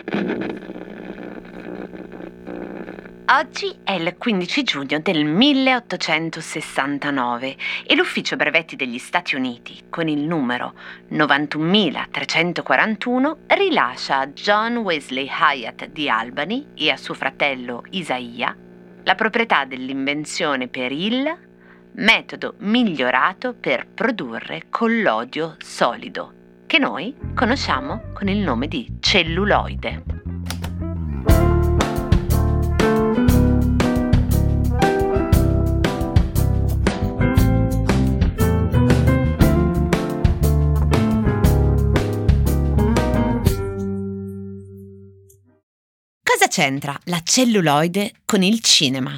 Oggi è il 15 giugno del 1869 e l'Ufficio Brevetti degli Stati Uniti, con il numero 91.341, rilascia a John Wesley Hyatt di Albany e a suo fratello Isaiah la proprietà dell'invenzione per il metodo migliorato per produrre collodio solido, che noi conosciamo con il nome di celluloide. Cosa c'entra la celluloide con il cinema?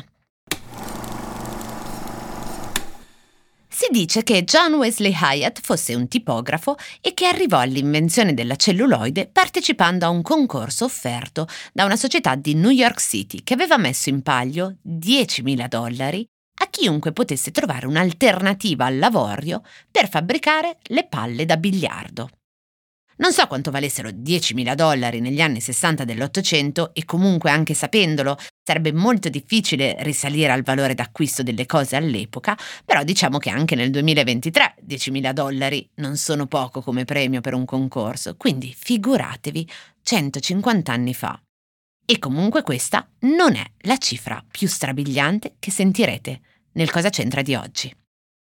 Si dice che John Wesley Hyatt fosse un tipografo e che arrivò all'invenzione della celluloide partecipando a un concorso offerto da una società di New York City che aveva messo in palio $10.000 a chiunque potesse trovare un'alternativa all'avorio per fabbricare le palle da biliardo. Non so quanto valessero $10.000 negli anni 60 dell'Ottocento e comunque, anche sapendolo, sarebbe molto difficile risalire al valore d'acquisto delle cose all'epoca, però diciamo che anche nel 2023 $10.000 non sono poco come premio per un concorso, quindi figuratevi 150 anni fa. E comunque questa non è la cifra più strabiliante che sentirete nel Cosa c'entra di oggi.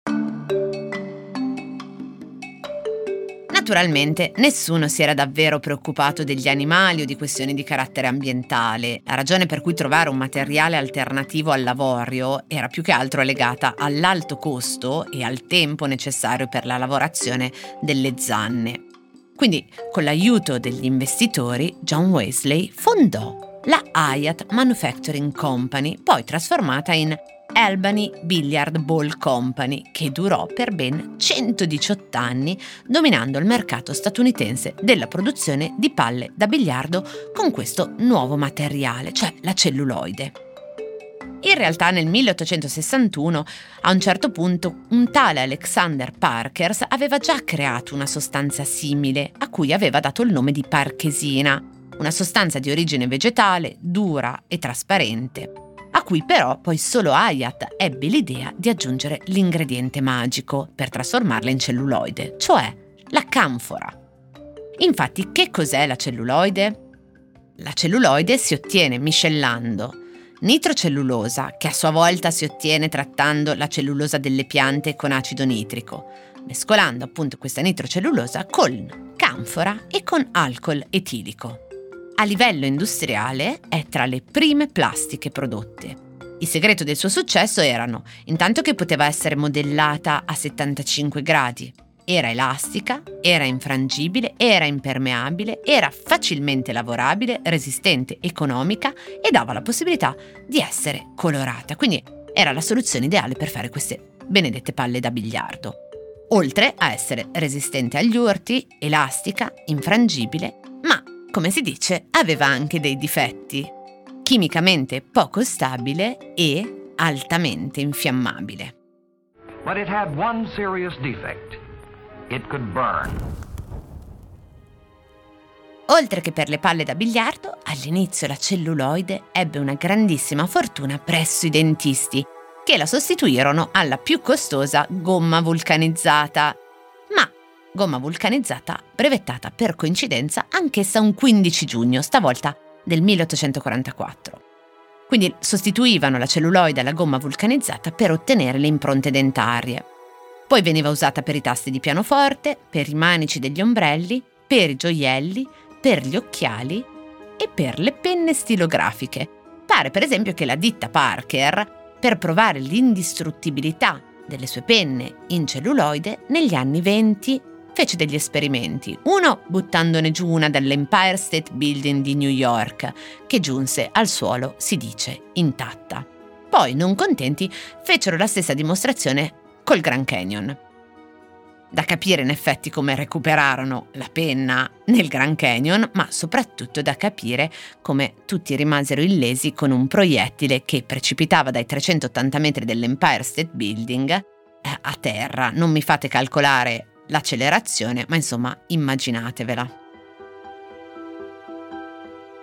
Naturalmente nessuno si era davvero preoccupato degli animali o di questioni di carattere ambientale. La ragione per cui trovare un materiale alternativo all'avorio era più che altro legata all'alto costo e al tempo necessario per la lavorazione delle zanne. Quindi, con l'aiuto degli investitori, John Wesley fondò la Hyatt Manufacturing Company, poi trasformata in Albany Billiard Ball Company, che durò per ben 118 anni, dominando il mercato statunitense della produzione di palle da biliardo con questo nuovo materiale, cioè la celluloide. In realtà nel 1861, a un certo punto, un tale Alexander Parkers aveva già creato una sostanza simile, a cui aveva dato il nome di parchesina, una sostanza di origine vegetale, dura e trasparente, a cui però poi solo Hyatt ebbe l'idea di aggiungere l'ingrediente magico per trasformarla in celluloide, cioè la canfora. Infatti, che cos'è la celluloide? La celluloide si ottiene miscellando nitrocellulosa, che a sua volta si ottiene trattando la cellulosa delle piante con acido nitrico, mescolando appunto questa nitrocellulosa con canfora e con alcol etilico. A livello industriale è tra le prime plastiche prodotte. Il segreto del suo successo erano, intanto, che poteva essere modellata a 75 gradi, era elastica, era infrangibile, era impermeabile, era facilmente lavorabile, resistente, economica e dava la possibilità di essere colorata. Quindi era la soluzione ideale per fare queste benedette palle da biliardo. Oltre a essere resistente agli urti, elastica, infrangibile, ma, come si dice, aveva anche dei difetti: chimicamente poco stabile e altamente infiammabile. But it had one serious defect. It could burn. Oltre che per le palle da biliardo, all'inizio la celluloide ebbe una grandissima fortuna presso i dentisti, che la sostituirono alla più costosa gomma vulcanizzata. Ma gomma vulcanizzata brevettata per coincidenza anch'essa un 15 giugno, stavolta del 1844. Quindi sostituivano la celluloide alla gomma vulcanizzata per ottenere le impronte dentarie. Poi veniva usata per i tasti di pianoforte, per i manici degli ombrelli, per i gioielli, per gli occhiali e per le penne stilografiche. Pare per esempio che la ditta Parker, per provare l'indistruttibilità delle sue penne in celluloide, negli anni 20 fece degli esperimenti. Uno buttandone giù una dall'Empire State Building di New York, che giunse al suolo, si dice, intatta. Poi, non contenti, fecero la stessa dimostrazione col Grand Canyon. Da capire in effetti come recuperarono la penna nel Grand Canyon, ma soprattutto da capire come tutti rimasero illesi con un proiettile che precipitava dai 380 metri dell'Empire State Building a terra. Non mi fate calcolare l'accelerazione, ma insomma immaginatevela.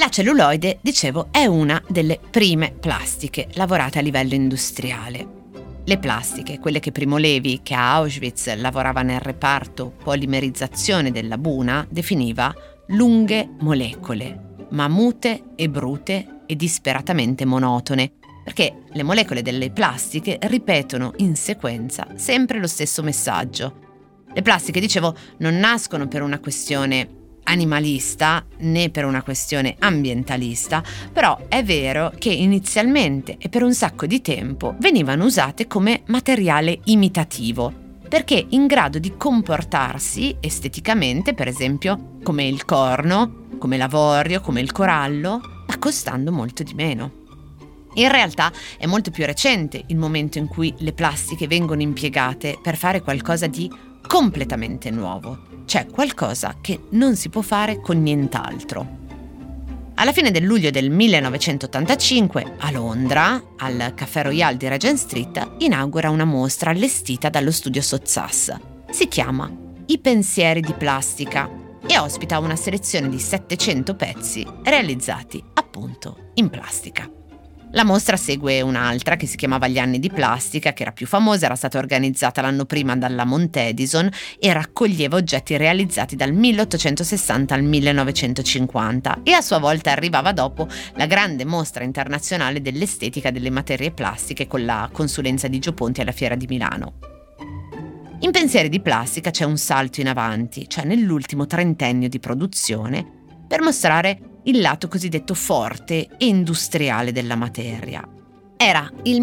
celluloide, dicevo, è una delle prime plastiche lavorate a livello industriale. Le plastiche, quelle che Primo Levi, che a Auschwitz lavorava nel reparto polimerizzazione della Buna, definiva lunghe molecole, mamute e brute e disperatamente monotone, perché le molecole delle plastiche ripetono in sequenza sempre lo stesso messaggio. Le plastiche, dicevo, non nascono per una questione animalista né per una questione ambientalista, però è vero che inizialmente e per un sacco di tempo venivano usate come materiale imitativo, perché in grado di comportarsi esteticamente, per esempio, come il corno, come l'avorio, come il corallo, ma costando molto di meno. In realtà è molto più recente il momento in cui le plastiche vengono impiegate per fare qualcosa di completamente nuovo, cioè qualcosa che non si può fare con nient'altro. Alla fine del luglio del 1985, a Londra, al Café Royal di Regent Street, inaugura una mostra allestita dallo studio Sottsass. Si chiama I pensieri di plastica e ospita una selezione di 700 pezzi realizzati appunto in plastica. La mostra segue un'altra che si chiamava Gli anni di plastica, che era più famosa, era stata organizzata l'anno prima dalla Mount Edison e raccoglieva oggetti realizzati dal 1860 al 1950 e a sua volta arrivava dopo la grande mostra internazionale dell'estetica delle materie plastiche con la consulenza di Gio Ponti alla Fiera di Milano. In Pensieri di plastica c'è un salto in avanti, cioè nell'ultimo trentennio di produzione, per mostrare il lato cosiddetto forte e industriale della materia. Era il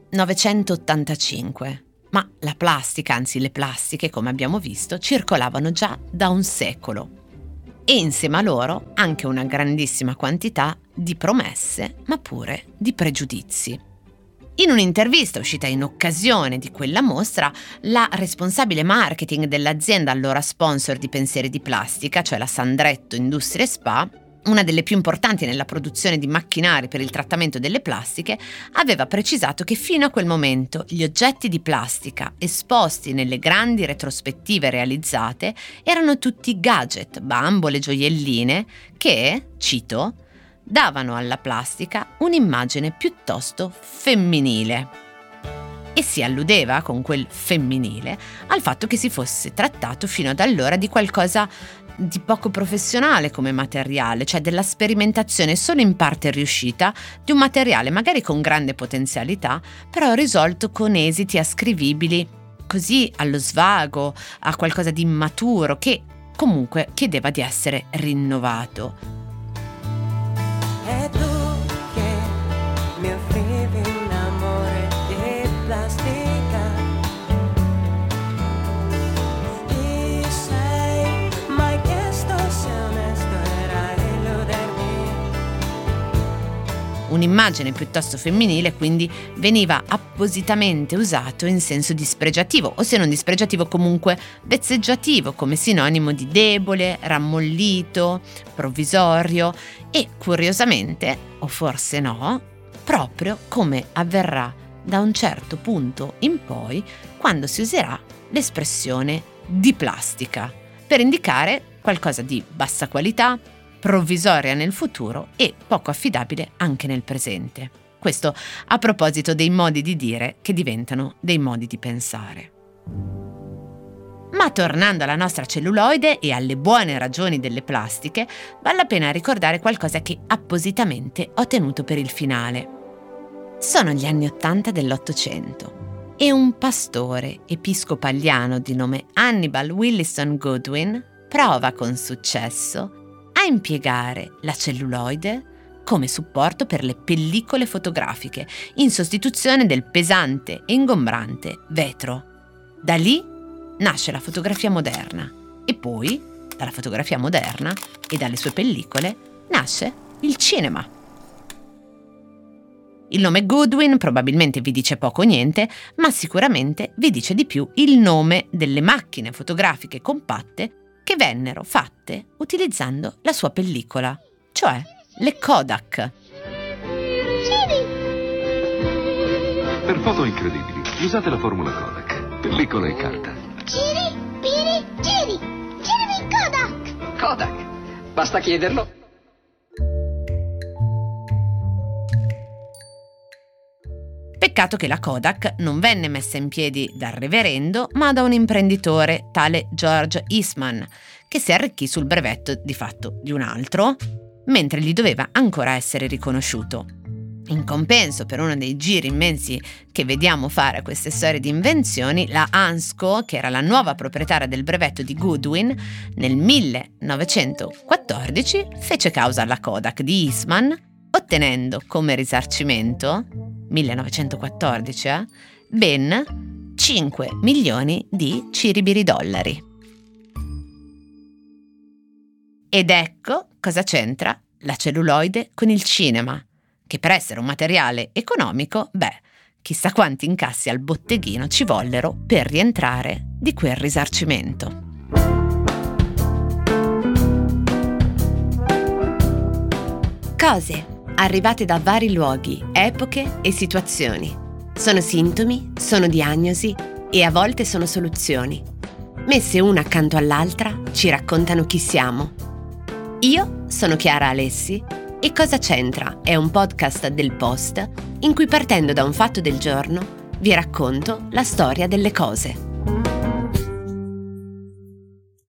1985, ma la plastica, anzi le plastiche, come abbiamo visto, circolavano già da un secolo. E insieme a loro anche una grandissima quantità di promesse, ma pure di pregiudizi. In un'intervista uscita in occasione di quella mostra, la responsabile marketing dell'azienda allora sponsor di Pensieri di plastica, cioè la Sandretto Industrie Spa, una delle più importanti nella produzione di macchinari per il trattamento delle plastiche, aveva precisato che fino a quel momento gli oggetti di plastica esposti nelle grandi retrospettive realizzate erano tutti gadget, bambole, gioielline che, cito, davano alla plastica un'immagine piuttosto femminile. E si alludeva, con quel femminile, al fatto che si fosse trattato fino ad allora di qualcosa di poco professionale come materiale, cioè della sperimentazione solo in parte riuscita di un materiale magari con grande potenzialità, però risolto con esiti ascrivibili così allo svago, a qualcosa di immaturo che comunque chiedeva di essere rinnovato. È tu che mi offrivi un amore di plastica. Ti sei mai chiesto se onesto era illudermi? Un'immagine piuttosto femminile, quindi veniva appositamente usato in senso dispregiativo, o se non dispregiativo comunque vezzeggiativo, come sinonimo di debole, rammollito, provvisorio e, curiosamente, o forse no, proprio come avverrà da un certo punto in poi quando si userà l'espressione di plastica per indicare qualcosa di bassa qualità, provvisoria nel futuro e poco affidabile anche nel presente. Questo a proposito dei modi di dire che diventano dei modi di pensare. Ma tornando alla nostra celluloide e alle buone ragioni delle plastiche, vale la pena ricordare qualcosa che appositamente ho tenuto per il finale. Sono gli anni '80 dell'Ottocento e un pastore episcopaliano di nome Hannibal Williston Goodwin prova con successo a impiegare la celluloide come supporto per le pellicole fotografiche, in sostituzione del pesante e ingombrante vetro. Da lì nasce la fotografia moderna e poi, dalla fotografia moderna e dalle sue pellicole, nasce il cinema. Il nome Goodwin probabilmente vi dice poco o niente, ma sicuramente vi dice di più il nome delle macchine fotografiche compatte che vennero fatte utilizzando la sua pellicola, cioè le Kodak. Per foto incredibili, usate la formula Kodak, pellicola e carta. Giri, piri, giri. Girami Kodak. Kodak, basta chiederlo. Peccato che la Kodak non venne messa in piedi dal reverendo, ma da un imprenditore, tale George Eastman, che si arricchì sul brevetto di fatto di un altro, mentre gli doveva ancora essere riconosciuto. In compenso, per uno dei giri immensi che vediamo fare a queste storie di invenzioni, la Ansco, che era la nuova proprietaria del brevetto di Goodwin, nel 1914 fece causa alla Kodak di Eastman, ottenendo come risarcimento, 1914, ben 5 milioni di $. Ed ecco cosa c'entra la celluloide con il cinema, che per essere un materiale economico, chissà quanti incassi al botteghino ci vollero per rientrare di quel risarcimento. Cose arrivate da vari luoghi, epoche e situazioni. Sono sintomi, sono diagnosi e a volte sono soluzioni. Messe una accanto all'altra ci raccontano chi siamo. Io sono Chiara Alessi e Cosa c'entra è un podcast del Post in cui, partendo da un fatto del giorno, vi racconto la storia delle cose.